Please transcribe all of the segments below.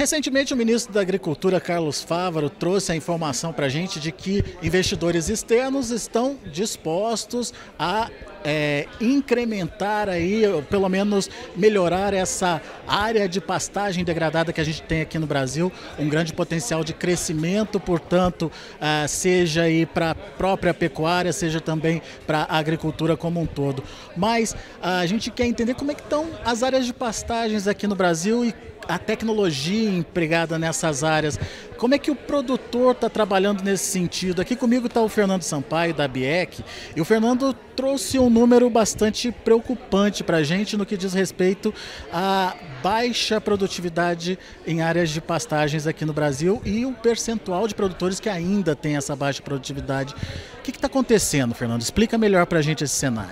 Recentemente, o ministro da Agricultura, Carlos Fávaro, trouxe a informação para a gente de que investidores externos estão dispostos a incrementar aí, ou pelo menos melhorar essa área de pastagem degradada que a gente tem aqui no Brasil, um grande potencial de crescimento, portanto, seja aí para a própria pecuária, seja também para a agricultura como um todo. Mas a gente quer entender como é que estão as áreas de pastagens aqui no Brasil e a tecnologia empregada nessas áreas. Como é que o produtor está trabalhando nesse sentido? Aqui comigo está o Fernando Sampaio, da ABIEC, e o Fernando trouxe um número bastante preocupante para a gente no que diz respeito à baixa produtividade em áreas de pastagens aqui no Brasil e o percentual de produtores que ainda tem essa baixa produtividade. O que está acontecendo, Fernando? Explica melhor para a gente esse cenário.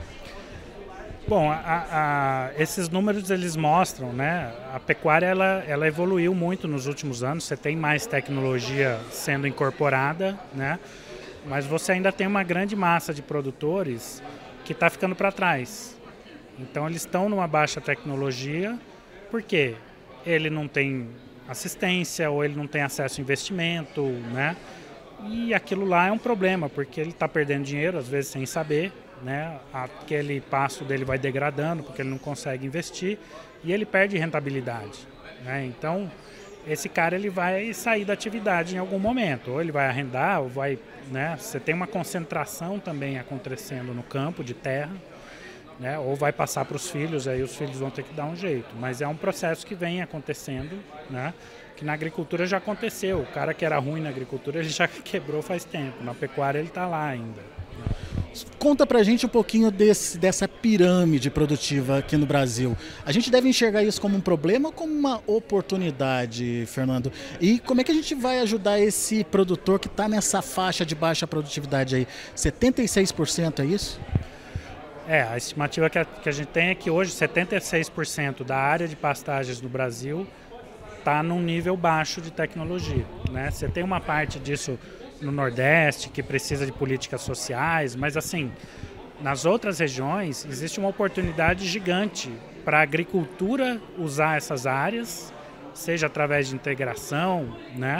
Bom, esses números eles mostram, né? A pecuária ela evoluiu muito nos últimos anos. Você tem mais tecnologia sendo incorporada, né? Mas você ainda tem uma grande massa de produtores que está ficando para trás. Então eles estão numa baixa tecnologia porque ele não tem assistência ou ele não tem acesso a investimento, né? E aquilo lá é um problema porque ele está perdendo dinheiro às vezes sem saber. Né? Aquele pasto dele vai degradando porque ele não consegue investir e ele perde rentabilidade, né? Então esse cara ele vai sair da atividade em algum momento, ou ele vai arrendar, ou vai, né? Você tem uma concentração também acontecendo no campo de terra, né? Ou vai passar para os filhos, aí os filhos vão ter que dar um jeito, mas é um processo que vem acontecendo, né? Que na agricultura já aconteceu, o cara que era ruim na agricultura ele já quebrou faz tempo, na pecuária ele está lá ainda. Conta pra gente um pouquinho dessa pirâmide produtiva aqui no Brasil. A gente deve enxergar isso como um problema ou como uma oportunidade, Fernando? E como é que a gente vai ajudar esse produtor que está nessa faixa de baixa produtividade aí? 76% é isso? A estimativa que a gente tem é que hoje 76% da área de pastagens no Brasil está num nível baixo de tecnologia, né? Você tem uma parte disso no Nordeste, que precisa de políticas sociais, mas assim, nas outras regiões existe uma oportunidade gigante para a agricultura usar essas áreas, seja através de integração, né?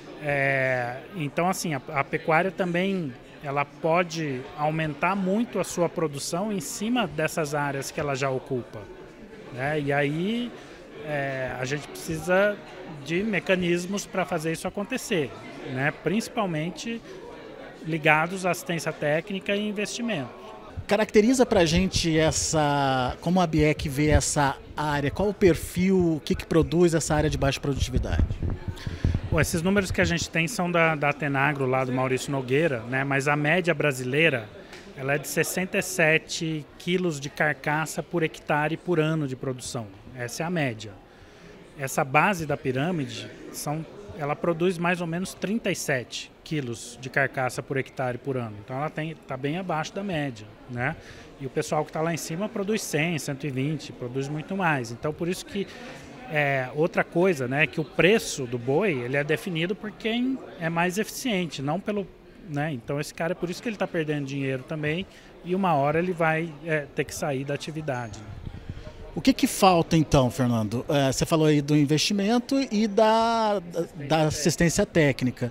Então assim, a pecuária também ela pode aumentar muito a sua produção em cima dessas áreas que ela já ocupa, né? E aí a gente precisa de mecanismos para fazer isso acontecer, né? Principalmente ligados à assistência técnica e investimento. Caracteriza para a gente como a ABIEC vê essa área, qual o perfil, o que produz essa área de baixa produtividade? Bom, esses números que a gente tem são da Atenagro, lá do Maurício Nogueira, né? Mas a média brasileira ela é de 67 quilos de carcaça por hectare por ano de produção. Essa é a média. Essa base da pirâmide, ela produz mais ou menos 37 quilos de carcaça por hectare por ano. Então ela está bem abaixo da média, né? E o pessoal que está lá em cima produz 100, 120, produz muito mais. Então por isso que outra coisa, né, que o preço do boi ele é definido por quem é mais eficiente, não pelo, né? Então esse cara, por isso que ele está perdendo dinheiro também e uma hora ele vai ter que sair da atividade. O que falta então, Fernando? Você falou aí do investimento e da assistência técnica.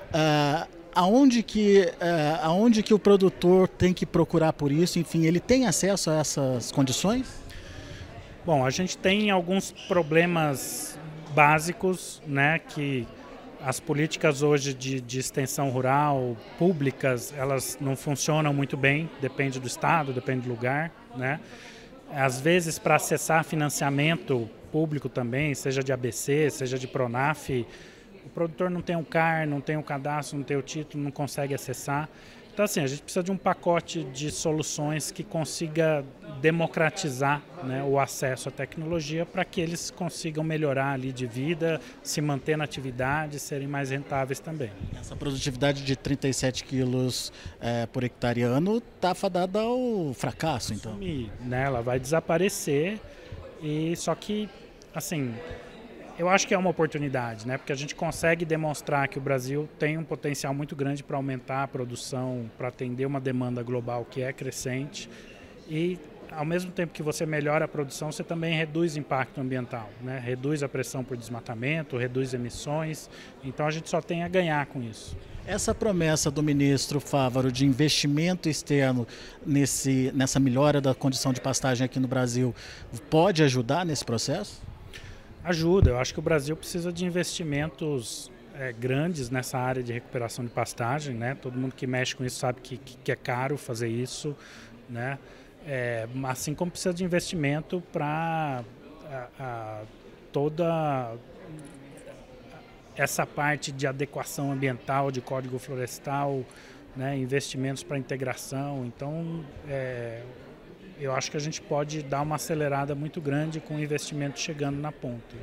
Aonde que o produtor tem que procurar por isso? Enfim, ele tem acesso a essas condições? Bom, a gente tem alguns problemas básicos, né, que as políticas hoje de extensão rural, públicas, elas não funcionam muito bem, depende do estado, depende do lugar, né? Às vezes, para acessar financiamento público também, seja de ABC, seja de Pronaf, o produtor não tem o CAR, não tem o cadastro, não tem o título, não consegue acessar. Então, assim, a gente precisa de um pacote de soluções que consiga democratizar, né, o acesso à tecnologia para que eles consigam melhorar ali de vida, se manter na atividade e serem mais rentáveis também. Essa produtividade de 37 quilos por hectare ano está fadada ao fracasso, então? Né, ela vai desaparecer, só que, assim, eu acho que é uma oportunidade, né? Porque a gente consegue demonstrar que o Brasil tem um potencial muito grande para aumentar a produção, para atender uma demanda global que é crescente. E ao mesmo tempo que você melhora a produção, você também reduz o impacto ambiental, né? Reduz a pressão por desmatamento, reduz emissões, então a gente só tem a ganhar com isso. Essa promessa do ministro Fávaro de investimento externo nessa melhora da condição de pastagem aqui no Brasil pode ajudar nesse processo? Ajuda, eu acho que o Brasil precisa de investimentos grandes nessa área de recuperação de pastagem, né? Todo mundo que mexe com isso sabe que é caro fazer isso, né? Assim como precisa de investimento para toda essa parte de adequação ambiental, de código florestal, né? Investimentos para integração. Então, eu acho que a gente pode dar uma acelerada muito grande com o investimento chegando na ponta.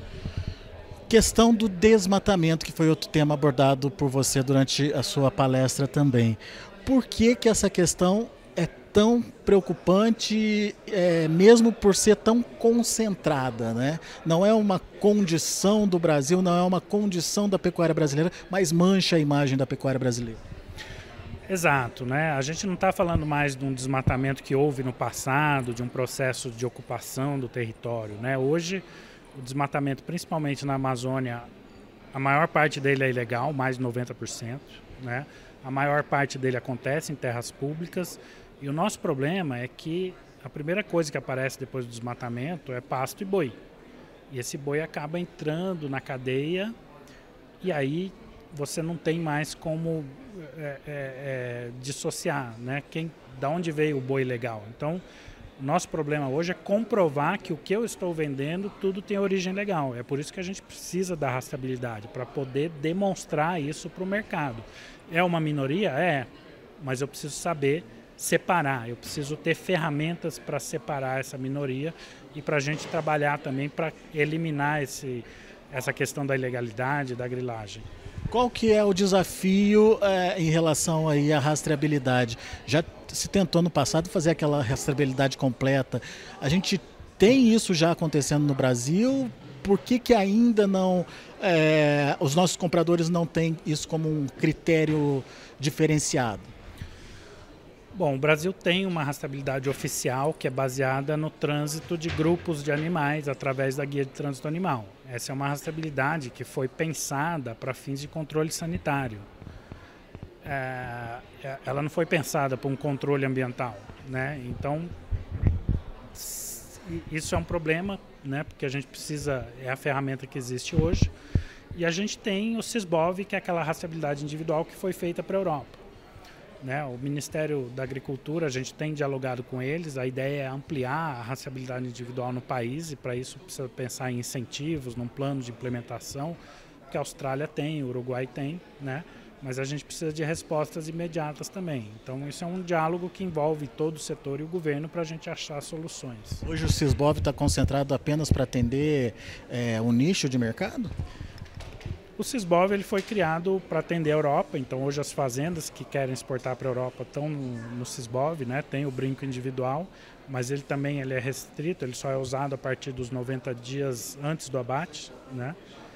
Questão do desmatamento, que foi outro tema abordado por você durante a sua palestra também. Por que essa questão é tão preocupante, mesmo por ser tão concentrada, né? Não é uma condição do Brasil, não é uma condição da pecuária brasileira, mas mancha a imagem da pecuária brasileira. Exato, né? A gente não está falando mais de um desmatamento que houve no passado, de um processo de ocupação do território, né? Hoje, o desmatamento, principalmente na Amazônia, a maior parte dele é ilegal, mais de 90%, né? A maior parte dele acontece em terras públicas e o nosso problema é que a primeira coisa que aparece depois do desmatamento é pasto e boi. E esse boi acaba entrando na cadeia e aí você não tem mais como dissociar, né? Da onde veio o boi legal. Então, nosso problema hoje é comprovar que o que eu estou vendendo tudo tem origem legal. É por isso que a gente precisa da rastreabilidade, para poder demonstrar isso para o mercado. É uma minoria? Mas eu preciso saber separar, eu preciso ter ferramentas para separar essa minoria e para a gente trabalhar também para eliminar essa questão da ilegalidade, da grilagem. Qual que é o desafio em relação aí à rastreabilidade? Já se tentou no passado fazer aquela rastreabilidade completa. A gente tem isso já acontecendo no Brasil? Por que ainda não, os nossos compradores não têm isso como um critério diferenciado? Bom, o Brasil tem uma rastreabilidade oficial que é baseada no trânsito de grupos de animais através da Guia de Trânsito Animal. Essa é uma rastreabilidade que foi pensada para fins de controle sanitário. Ela não foi pensada para um controle ambiental, né? Então, isso é um problema, né? Porque a gente precisa, é a ferramenta que existe hoje. E a gente tem o SysBov, que é aquela rastreabilidade individual que foi feita para a Europa. Né? O Ministério da Agricultura, a gente tem dialogado com eles, a ideia é ampliar a rastreabilidade individual no país e para isso precisa pensar em incentivos, num plano de implementação, que a Austrália tem, o Uruguai tem, né? Mas a gente precisa de respostas imediatas também. Então isso é um diálogo que envolve todo o setor e o governo para a gente achar soluções. Hoje o SysBov está concentrado apenas para atender um nicho de mercado? O SysBov ele foi criado para atender a Europa, então hoje as fazendas que querem exportar para a Europa estão no SysBov, né? Tem o brinco individual, mas ele também é restrito, ele só é usado a partir dos 90 dias antes do abate, né?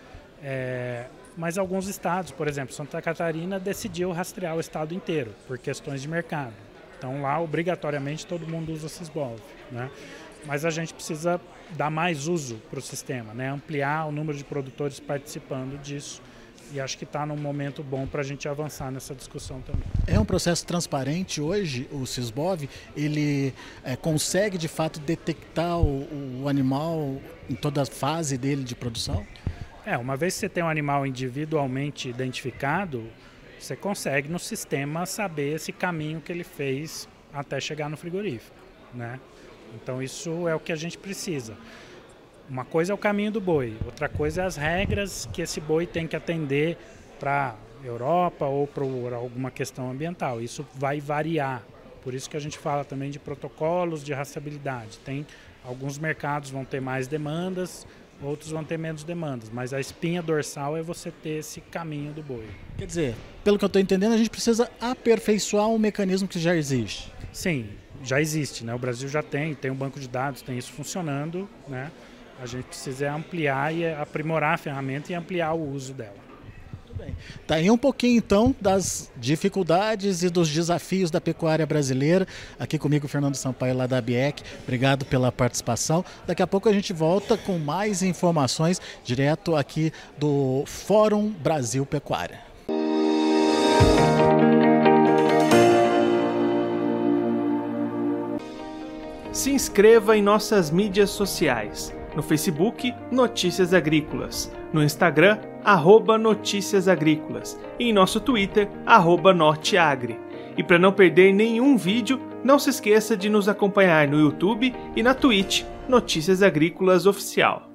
Mas alguns estados, por exemplo, Santa Catarina decidiu rastrear o estado inteiro por questões de mercado. Então lá obrigatoriamente todo mundo usa SysBov, né? Mas a gente precisa dar mais uso para o sistema, né? Ampliar o número de produtores participando disso e acho que está num momento bom para a gente avançar nessa discussão também. É um processo transparente hoje, o SysBov, ele consegue de fato detectar o animal em toda a fase dele de produção? Uma vez que você tem um animal individualmente identificado, você consegue no sistema saber esse caminho que ele fez até chegar no frigorífico, né? Então isso é o que a gente precisa. Uma coisa é o caminho do boi, outra coisa é as regras que esse boi tem que atender para a Europa ou para alguma questão ambiental. Isso vai variar, por isso que a gente fala também de protocolos de rastreabilidade. Tem alguns mercados vão ter mais demandas, outros vão ter menos demandas, mas a espinha dorsal é você ter esse caminho do boi. Quer dizer, pelo que eu estou entendendo, a gente precisa aperfeiçoar um mecanismo que já existe. Sim, já existe, né? O Brasil já tem um banco de dados, tem isso funcionando, né? A gente precisa ampliar e aprimorar a ferramenta e ampliar o uso dela. Tá aí um pouquinho, então, das dificuldades e dos desafios da pecuária brasileira. Aqui comigo, Fernando Sampaio, lá da ABIEC. Obrigado pela participação. Daqui a pouco a gente volta com mais informações direto aqui do Fórum Brasil Pecuária. Se inscreva em nossas mídias sociais. No Facebook, Notícias Agrícolas. No Instagram, @Notícias Agrícolas. E em nosso Twitter, @Norteagri. E para não perder nenhum vídeo, não se esqueça de nos acompanhar no YouTube e na Twitch, Notícias Agrícolas Oficial.